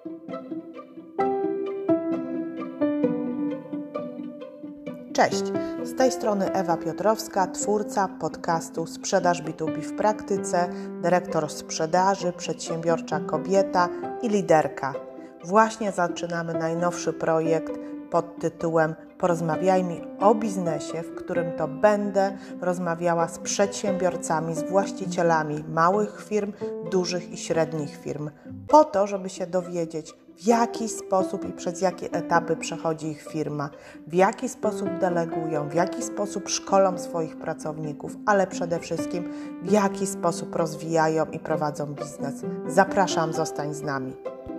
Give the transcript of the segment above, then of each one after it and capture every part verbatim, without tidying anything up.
Cześć, z tej strony Ewa Piotrowska, twórca podcastu Sprzedaż B dwa B w praktyce, dyrektor sprzedaży, przedsiębiorcza kobieta i liderka. Właśnie zaczynamy najnowszy projekt pod tytułem Porozmawiajmy o biznesie, w którym to będę rozmawiała z przedsiębiorcami, z właścicielami małych firm, dużych i średnich firm, po to, żeby się dowiedzieć, w jaki sposób i przez jakie etapy przechodzi ich firma, w jaki sposób delegują, w jaki sposób szkolą swoich pracowników, ale przede wszystkim w jaki sposób rozwijają i prowadzą biznes. Zapraszam, zostań z nami.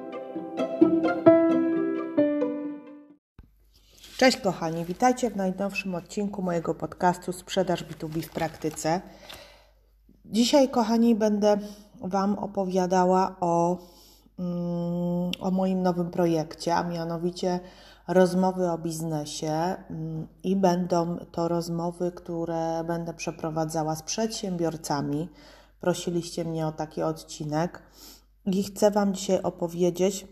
Cześć kochani, witajcie w najnowszym odcinku mojego podcastu Sprzedaż B dwa B w praktyce. Dzisiaj, kochani, będę Wam opowiadała o, mm, o moim nowym projekcie, a mianowicie rozmowy o biznesie mm, i będą to rozmowy, które będę przeprowadzała z przedsiębiorcami. Prosiliście mnie o taki odcinek i chcę Wam dzisiaj opowiedzieć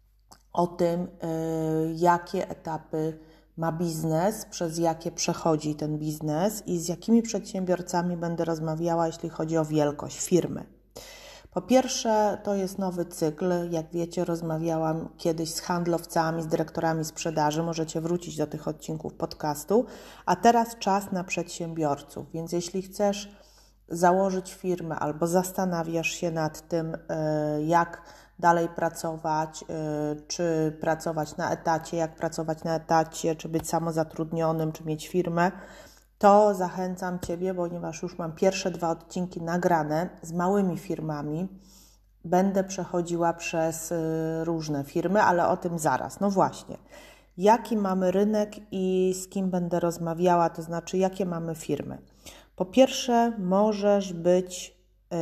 o tym, yy, jakie etapy ma biznes, przez jakie przechodzi ten biznes i z jakimi przedsiębiorcami będę rozmawiała, jeśli chodzi o wielkość firmy. Po pierwsze, to jest nowy cykl. Jak wiecie, rozmawiałam kiedyś z handlowcami, z dyrektorami sprzedaży. Możecie wrócić do tych odcinków podcastu. A teraz czas na przedsiębiorców. Więc jeśli chcesz założyć firmę albo zastanawiasz się nad tym, jak dalej pracować, czy pracować na etacie, jak pracować na etacie, czy być samozatrudnionym, czy mieć firmę, to zachęcam Ciebie, ponieważ już mam pierwsze dwa odcinki nagrane z małymi firmami. Będę przechodziła przez różne firmy, ale o tym zaraz. No właśnie, jaki mamy rynek i z kim będę rozmawiała, to znaczy jakie mamy firmy. Po pierwsze, możesz być,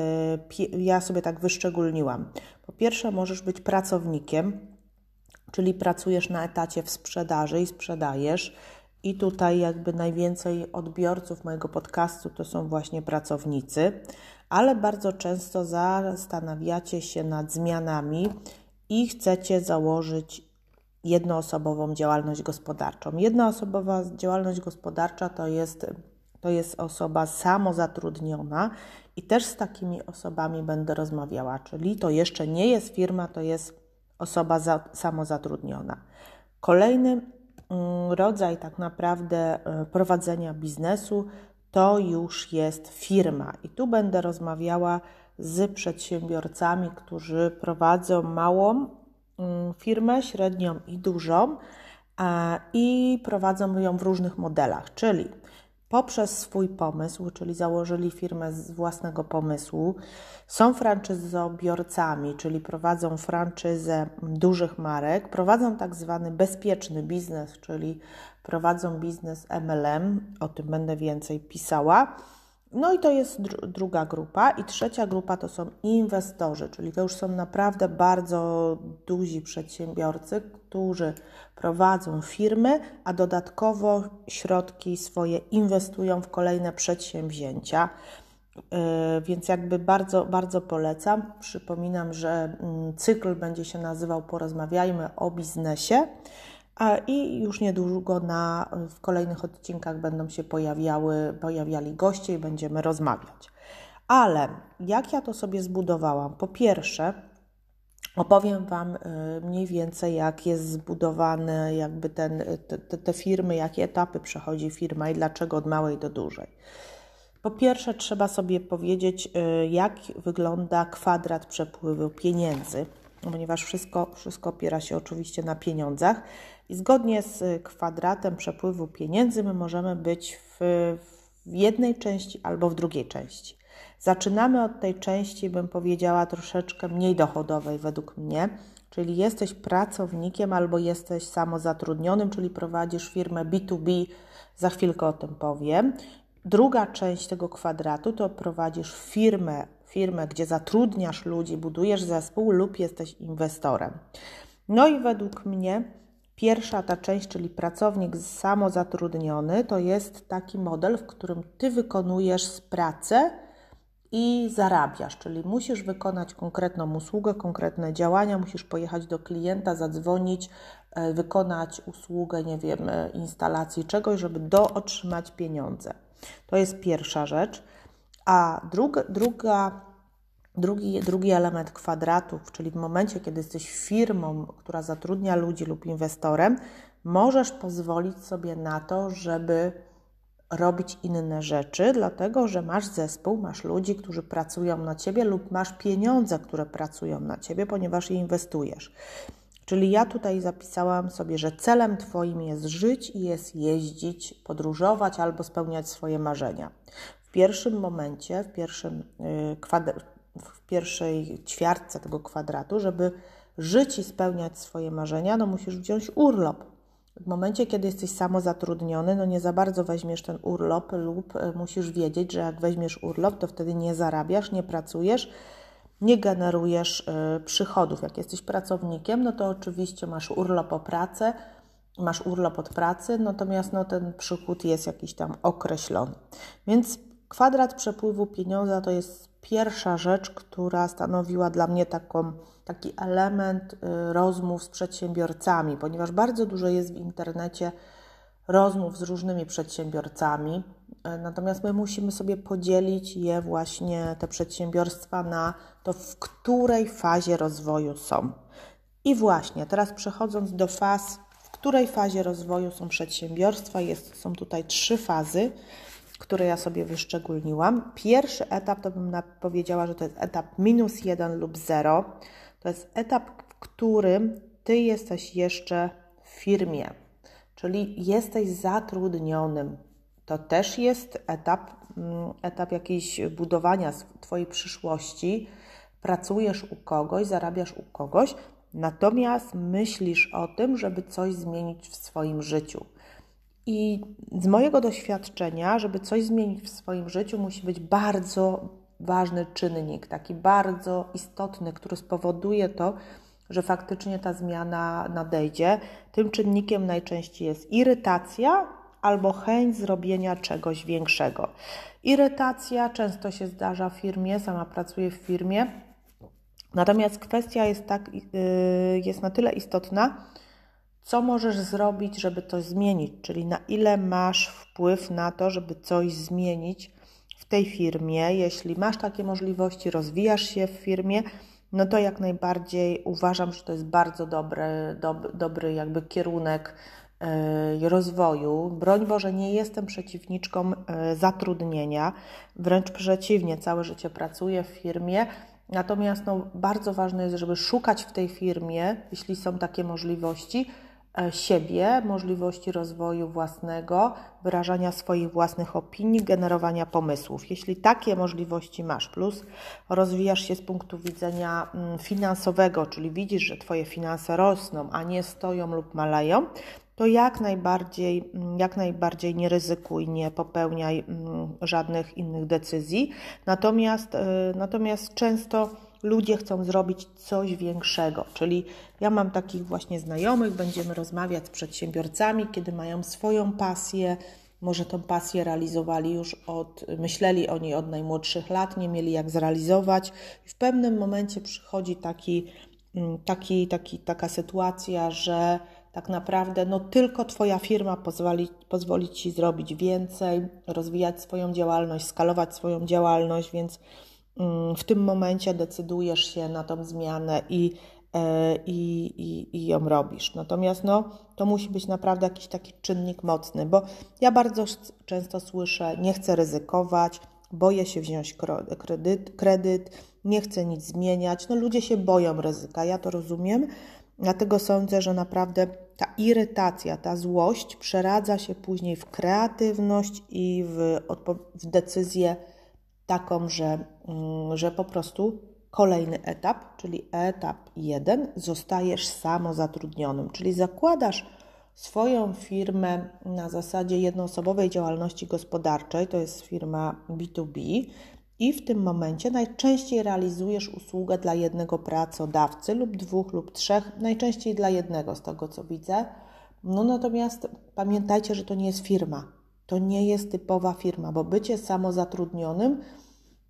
ja sobie tak wyszczególniłam, po pierwsze możesz być pracownikiem, czyli pracujesz na etacie w sprzedaży i sprzedajesz i tutaj jakby najwięcej odbiorców mojego podcastu to są właśnie pracownicy, ale bardzo często zastanawiacie się nad zmianami i chcecie założyć jednoosobową działalność gospodarczą. Jednoosobowa działalność gospodarcza to jest To jest osoba samozatrudniona i też z takimi osobami będę rozmawiała, czyli to jeszcze nie jest firma, to jest osoba za, samozatrudniona. Kolejny rodzaj tak naprawdę prowadzenia biznesu to już jest firma i tu będę rozmawiała z przedsiębiorcami, którzy prowadzą małą firmę, średnią i dużą i prowadzą ją w różnych modelach, czyli poprzez swój pomysł, czyli założyli firmę z własnego pomysłu, są franczyzobiorcami, czyli prowadzą franczyzę dużych marek, prowadzą tak zwany bezpieczny biznes, czyli prowadzą biznes M L M, o tym będę więcej pisała. No i to jest dr- druga grupa i trzecia grupa to są inwestorzy, czyli to już są naprawdę bardzo duzi przedsiębiorcy, którzy prowadzą firmy, a dodatkowo środki swoje inwestują w kolejne przedsięwzięcia, yy, więc jakby bardzo, bardzo polecam. Przypominam, że yy, cykl będzie się nazywał Porozmawiajmy o biznesie. A i już niedługo na, w kolejnych odcinkach będą się pojawiały, pojawiali goście i będziemy rozmawiać. Ale jak ja to sobie zbudowałam? Po pierwsze, opowiem Wam mniej więcej, jak jest zbudowany jakby ten, te, te firmy, jakie etapy przechodzi firma i dlaczego od małej do dużej. Po pierwsze, trzeba sobie powiedzieć, jak wygląda kwadrat przepływu pieniędzy, ponieważ wszystko, wszystko opiera się oczywiście na pieniądzach i zgodnie z kwadratem przepływu pieniędzy my możemy być w, w jednej części albo w drugiej części. Zaczynamy od tej części, bym powiedziała, troszeczkę mniej dochodowej według mnie, czyli jesteś pracownikiem albo jesteś samozatrudnionym, czyli prowadzisz firmę B dwa B, za chwilkę o tym powiem. Druga część tego kwadratu to prowadzisz firmę, firmę, gdzie zatrudniasz ludzi, budujesz zespół lub jesteś inwestorem. No i według mnie pierwsza ta część, czyli pracownik samozatrudniony, to jest taki model, w którym Ty wykonujesz pracę i zarabiasz, czyli musisz wykonać konkretną usługę, konkretne działania, musisz pojechać do klienta, zadzwonić, wykonać usługę, nie wiem, instalacji czegoś, żeby do otrzymać pieniądze. To jest pierwsza rzecz. A druga, druga, drugi, drugi element kwadratów, czyli w momencie, kiedy jesteś firmą, która zatrudnia ludzi lub inwestorem, możesz pozwolić sobie na to, żeby robić inne rzeczy, dlatego że masz zespół, masz ludzi, którzy pracują na Ciebie lub masz pieniądze, które pracują na Ciebie, ponieważ je inwestujesz. Czyli ja tutaj zapisałam sobie, że celem Twoim jest żyć i jest jeździć, podróżować albo spełniać swoje marzenia. W pierwszym momencie, w, pierwszym, kwadr- w pierwszej ćwiartce tego kwadratu, żeby żyć i spełniać swoje marzenia, no musisz wziąć urlop. W momencie, kiedy jesteś samozatrudniony, no nie za bardzo weźmiesz ten urlop lub musisz wiedzieć, że jak weźmiesz urlop, to wtedy nie zarabiasz, nie pracujesz, nie generujesz y, przychodów. Jak jesteś pracownikiem, no to oczywiście masz urlop o pracę, masz urlop od pracy, natomiast no, ten przychód jest jakiś tam określony. Więc kwadrat przepływu pieniądza to jest pierwsza rzecz, która stanowiła dla mnie taką, taki element y, rozmów z przedsiębiorcami, ponieważ bardzo dużo jest w internecie rozmów z różnymi przedsiębiorcami, y, natomiast my musimy sobie podzielić je właśnie, te przedsiębiorstwa, na to, w której fazie rozwoju są. I właśnie teraz przechodząc do faz, w której fazie rozwoju są przedsiębiorstwa, jest, są tutaj trzy fazy, które ja sobie wyszczególniłam. Pierwszy etap to bym powiedziała, że to jest etap minus jeden lub zero. To jest etap, w którym Ty jesteś jeszcze w firmie, czyli jesteś zatrudnionym. To też jest etap, etap jakiejś budowania Twojej przyszłości. Pracujesz u kogoś, zarabiasz u kogoś, natomiast myślisz o tym, żeby coś zmienić w swoim życiu. I z mojego doświadczenia, żeby coś zmienić w swoim życiu, musi być bardzo ważny czynnik, taki bardzo istotny, który spowoduje to, że faktycznie ta zmiana nadejdzie. Tym czynnikiem najczęściej jest irytacja albo chęć zrobienia czegoś większego. Irytacja często się zdarza w firmie, sama pracuję w firmie, natomiast kwestia jest, tak, jest na tyle istotna, co możesz zrobić, żeby coś zmienić, czyli na ile masz wpływ na to, żeby coś zmienić w tej firmie. Jeśli masz takie możliwości, rozwijasz się w firmie, no to jak najbardziej uważam, że to jest bardzo dobry, dob, dobry jakby kierunek yy, rozwoju. Broń Boże, nie jestem przeciwniczką yy, zatrudnienia, wręcz przeciwnie, całe życie pracuję w firmie. Natomiast no, bardzo ważne jest, żeby szukać w tej firmie, jeśli są takie możliwości, siebie, możliwości rozwoju własnego, wyrażania swoich własnych opinii, generowania pomysłów. Jeśli takie możliwości masz, plus rozwijasz się z punktu widzenia finansowego, czyli widzisz, że Twoje finanse rosną, a nie stoją lub maleją, to jak najbardziej, jak najbardziej nie ryzykuj, nie popełniaj żadnych innych decyzji. Natomiast, natomiast często ludzie chcą zrobić coś większego, czyli ja mam takich właśnie znajomych, będziemy rozmawiać z przedsiębiorcami, kiedy mają swoją pasję, może tą pasję realizowali już od, myśleli o niej od najmłodszych lat, nie mieli jak zrealizować i w pewnym momencie przychodzi taki, taki, taki, taka sytuacja, że tak naprawdę no, tylko Twoja firma pozwoli, pozwoli Ci zrobić więcej, rozwijać swoją działalność, skalować swoją działalność, więc w tym momencie decydujesz się na tą zmianę i, i, i, i ją robisz. Natomiast no, to musi być naprawdę jakiś taki czynnik mocny, bo ja bardzo często słyszę, nie chcę ryzykować, boję się wziąć kredyt, kredyt, nie chcę nic zmieniać. No ludzie się boją ryzyka, ja to rozumiem, dlatego sądzę, że naprawdę ta irytacja, ta złość przeradza się później w kreatywność i w, w decyzję taką, że, że po prostu kolejny etap, czyli etap jeden, zostajesz samozatrudnionym, czyli zakładasz swoją firmę na zasadzie jednoosobowej działalności gospodarczej, to jest firma B dwa B i w tym momencie najczęściej realizujesz usługę dla jednego pracodawcy lub dwóch lub trzech, najczęściej dla jednego z tego co widzę. No natomiast pamiętajcie, że to nie jest firma. To nie jest typowa firma, bo bycie samozatrudnionym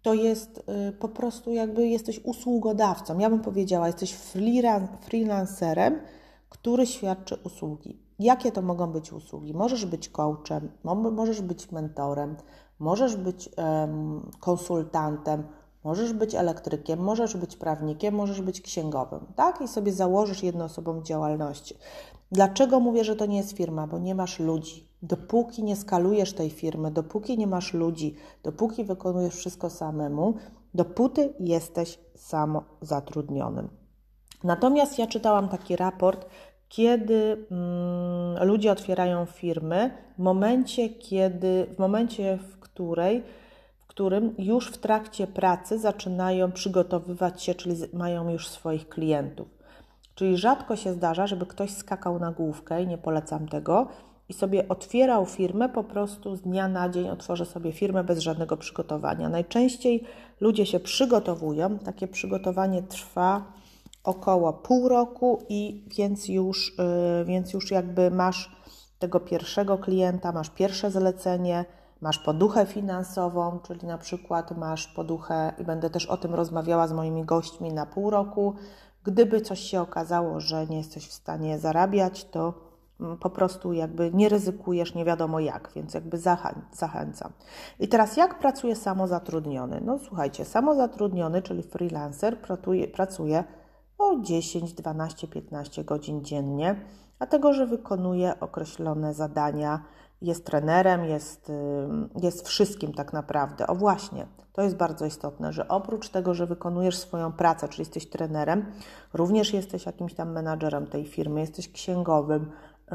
to jest po prostu jakby jesteś usługodawcą. Ja bym powiedziała, jesteś freelancerem, który świadczy usługi. Jakie to mogą być usługi? Możesz być coachem, możesz być mentorem, możesz być um, konsultantem, możesz być elektrykiem, możesz być prawnikiem, możesz być księgowym, tak? I sobie założysz jednoosobową działalność. Dlaczego mówię, że to nie jest firma? Bo nie masz ludzi. Dopóki nie skalujesz tej firmy, dopóki nie masz ludzi, dopóki wykonujesz wszystko samemu, dopóty jesteś samozatrudnionym. Natomiast ja czytałam taki raport, kiedy mm, ludzie otwierają firmy, w momencie, kiedy, w momencie, w której w którym już w trakcie pracy zaczynają przygotowywać się, czyli mają już swoich klientów. Czyli rzadko się zdarza, żeby ktoś skakał na główkę, i nie polecam tego, i sobie otwierał firmę, po prostu z dnia na dzień otworzę sobie firmę bez żadnego przygotowania. Najczęściej ludzie się przygotowują, takie przygotowanie trwa około pół roku i więc już, yy, więc już jakby masz tego pierwszego klienta, masz pierwsze zlecenie, masz poduchę finansową, czyli na przykład masz poduchę, i będę też o tym rozmawiała z moimi gośćmi, na pół roku. Gdyby coś się okazało, że nie jesteś w stanie zarabiać, to po prostu jakby nie ryzykujesz nie wiadomo jak, więc jakby zachę- zachęcam. I teraz jak pracuje samozatrudniony? No słuchajcie, samozatrudniony, czyli freelancer, pracuje, pracuje o dziesięć, dwanaście, piętnaście godzin dziennie, dlatego że wykonuje określone zadania, jest trenerem, jest, jest wszystkim tak naprawdę. O właśnie, to jest bardzo istotne, że oprócz tego, że wykonujesz swoją pracę, czyli jesteś trenerem, również jesteś jakimś tam menadżerem tej firmy, jesteś księgowym,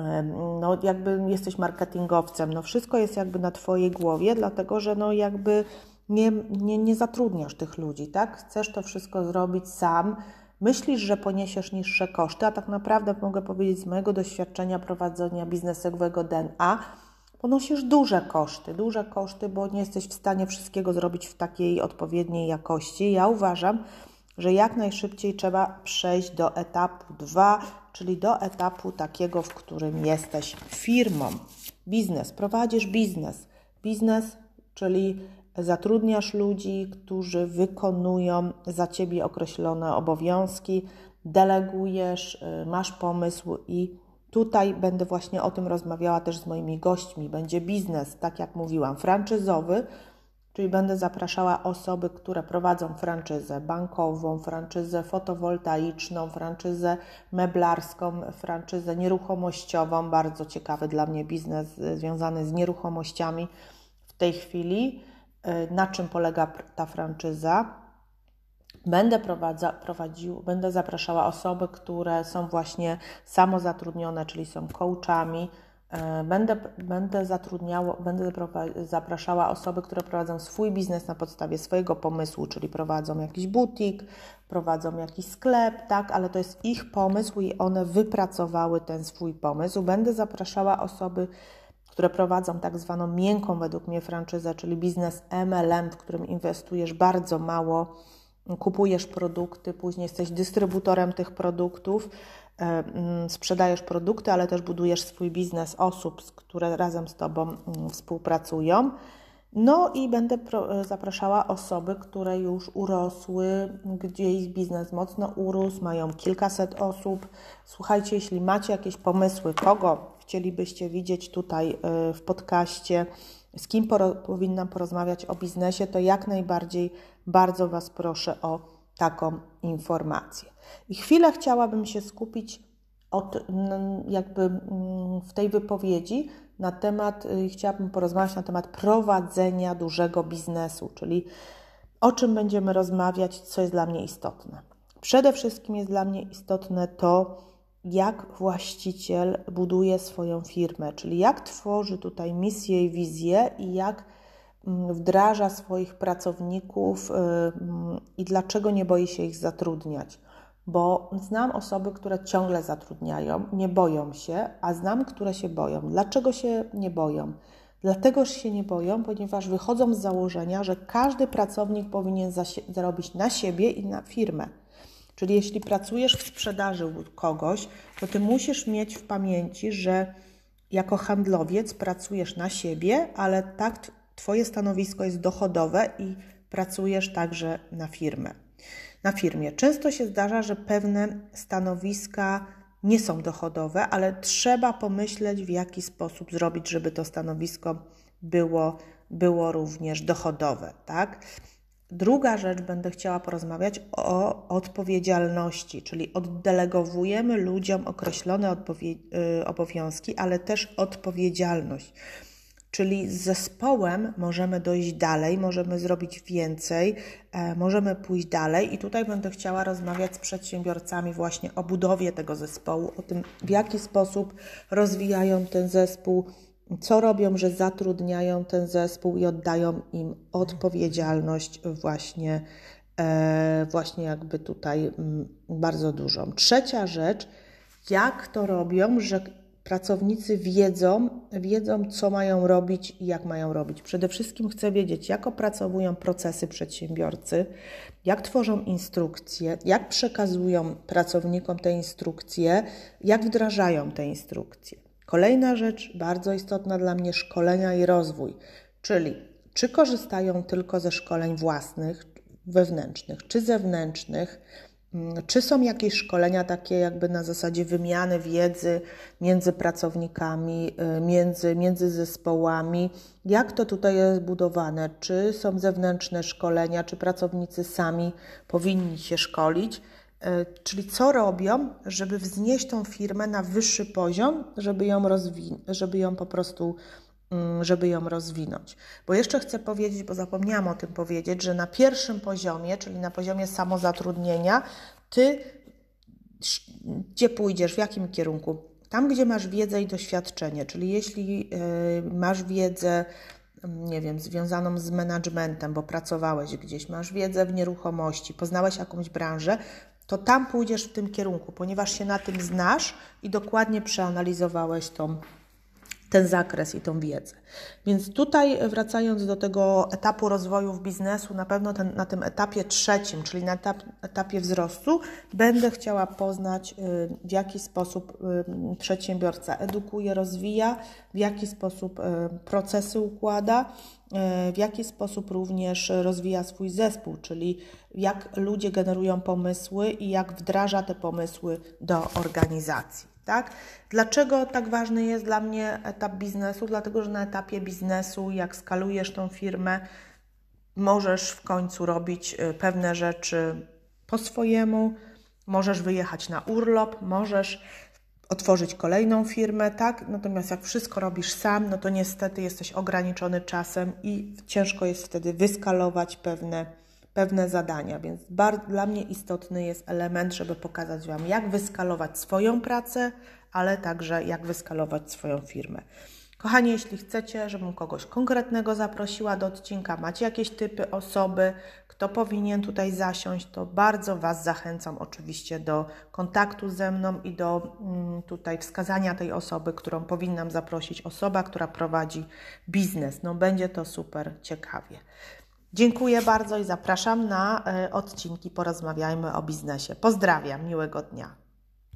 no jakby jesteś marketingowcem, no wszystko jest jakby na Twojej głowie, dlatego że no jakby nie, nie, nie zatrudniasz tych ludzi, tak? Chcesz to wszystko zrobić sam, myślisz, że poniesiesz niższe koszty, a tak naprawdę mogę powiedzieć z mojego doświadczenia prowadzenia biznesowego D N A, ponosisz duże koszty, duże koszty, bo nie jesteś w stanie wszystkiego zrobić w takiej odpowiedniej jakości. Ja uważam, że jak najszybciej trzeba przejść do etapu dwa, czyli do etapu takiego, w którym jesteś firmą. Biznes, prowadzisz biznes. Biznes, czyli zatrudniasz ludzi, którzy wykonują za Ciebie określone obowiązki, delegujesz, masz pomysł i tutaj będę właśnie o tym rozmawiała też z moimi gośćmi. Będzie biznes, tak jak mówiłam, franczyzowy, czyli będę zapraszała osoby, które prowadzą franczyzę bankową, franczyzę fotowoltaiczną, franczyzę meblarską, franczyzę nieruchomościową. Bardzo ciekawy dla mnie biznes związany z nieruchomościami w tej chwili. Na czym polega ta franczyza? Będę prowadza, prowadził, będę zapraszała osoby, które są właśnie samozatrudnione, czyli są coachami. Będę, będę, zatrudniało, będę zapraszała osoby, które prowadzą swój biznes na podstawie swojego pomysłu, czyli prowadzą jakiś butik, prowadzą jakiś sklep, tak, ale to jest ich pomysł i one wypracowały ten swój pomysł. Będę zapraszała osoby, które prowadzą tak zwaną miękką według mnie franczyzę, czyli biznes M L M, w którym inwestujesz bardzo mało, kupujesz produkty, później jesteś dystrybutorem tych produktów, sprzedajesz produkty, ale też budujesz swój biznes osób, które razem z Tobą współpracują. No i będę pro, zapraszała osoby, które już urosły, gdzie ich biznes mocno urósł, mają kilkaset osób. Słuchajcie, jeśli macie jakieś pomysły, kogo chcielibyście widzieć tutaj w podcaście, z kim poro, powinnam porozmawiać o biznesie, to jak najbardziej bardzo Was proszę o taką informację. I chwilę chciałabym się skupić od, jakby w tej wypowiedzi na temat, chciałabym porozmawiać na temat prowadzenia dużego biznesu, czyli o czym będziemy rozmawiać, co jest dla mnie istotne. Przede wszystkim jest dla mnie istotne to, jak właściciel buduje swoją firmę, czyli jak tworzy tutaj misję i wizję i jak wdraża swoich pracowników i dlaczego nie boi się ich zatrudniać. Bo znam osoby, które ciągle zatrudniają, nie boją się, a znam, które się boją. Dlaczego się nie boją? Dlatego się nie boją, ponieważ wychodzą z założenia, że każdy pracownik powinien zarobić na siebie i na firmę. Czyli jeśli pracujesz w sprzedaży u kogoś, to Ty musisz mieć w pamięci, że jako handlowiec pracujesz na siebie, ale tak Twoje stanowisko jest dochodowe i pracujesz także na firmę. Na firmie. Często się zdarza, że pewne stanowiska nie są dochodowe, ale trzeba pomyśleć, w jaki sposób zrobić, żeby to stanowisko było, było również dochodowe, tak? Druga rzecz, będę chciała porozmawiać o odpowiedzialności, czyli oddelegowujemy ludziom określone obowiązki, ale też odpowiedzialność. Czyli z zespołem możemy dojść dalej, możemy zrobić więcej, e, możemy pójść dalej i tutaj będę chciała rozmawiać z przedsiębiorcami właśnie o budowie tego zespołu, o tym, w jaki sposób rozwijają ten zespół, co robią, że zatrudniają ten zespół i oddają im odpowiedzialność właśnie, e, właśnie jakby tutaj m, bardzo dużą. Trzecia rzecz, jak to robią, że pracownicy wiedzą, wiedzą, co mają robić i jak mają robić. Przede wszystkim chcę wiedzieć, jak opracowują procesy przedsiębiorcy, jak tworzą instrukcje, jak przekazują pracownikom te instrukcje, jak wdrażają te instrukcje. Kolejna rzecz, bardzo istotna dla mnie, szkolenia i rozwój, czyli czy korzystają tylko ze szkoleń własnych, wewnętrznych, czy zewnętrznych, czy są jakieś szkolenia takie jakby na zasadzie wymiany wiedzy między pracownikami, między, między zespołami? Jak to tutaj jest budowane? Czy są zewnętrzne szkolenia, czy pracownicy sami powinni się szkolić? Czyli co robią, żeby wznieść tą firmę na wyższy poziom, żeby ją, rozwi- żeby ją po prostu żeby ją rozwinąć. Bo jeszcze chcę powiedzieć, bo zapomniałam o tym powiedzieć, że na pierwszym poziomie, czyli na poziomie samozatrudnienia, Ty gdzie pójdziesz, w jakim kierunku? Tam, gdzie masz wiedzę i doświadczenie, czyli jeśli masz wiedzę, nie wiem, związaną z managementem, bo pracowałeś gdzieś, masz wiedzę w nieruchomości, poznałeś jakąś branżę, to tam pójdziesz w tym kierunku, ponieważ się na tym znasz i dokładnie przeanalizowałeś tą ten zakres i tą wiedzę. Więc tutaj wracając do tego etapu rozwoju w biznesu, na pewno ten, na tym etapie trzecim, czyli na etap, etapie wzrostu, będę chciała poznać, w jaki sposób przedsiębiorca edukuje, rozwija, w jaki sposób procesy układa, w jaki sposób również rozwija swój zespół, czyli jak ludzie generują pomysły i jak wdraża te pomysły do organizacji. Tak? Dlaczego tak ważny jest dla mnie etap biznesu? Dlatego, że na etapie biznesu, jak skalujesz tą firmę, możesz w końcu robić pewne rzeczy po swojemu, możesz wyjechać na urlop, możesz otworzyć kolejną firmę, tak? Natomiast jak wszystko robisz sam, no to niestety jesteś ograniczony czasem i ciężko jest wtedy wyskalować pewne pewne zadania, więc bardzo, dla mnie istotny jest element, żeby pokazać Wam, jak wyskalować swoją pracę, ale także jak wyskalować swoją firmę. Kochani, jeśli chcecie, żebym kogoś konkretnego zaprosiła do odcinka, macie jakieś typy osoby, kto powinien tutaj zasiąść, to bardzo Was zachęcam oczywiście do kontaktu ze mną i do mm, tutaj wskazania tej osoby, którą powinnam zaprosić, osoba, która prowadzi biznes. No będzie to super ciekawie. Dziękuję bardzo i zapraszam na odcinki Porozmawiajmy o biznesie. Pozdrawiam, miłego dnia.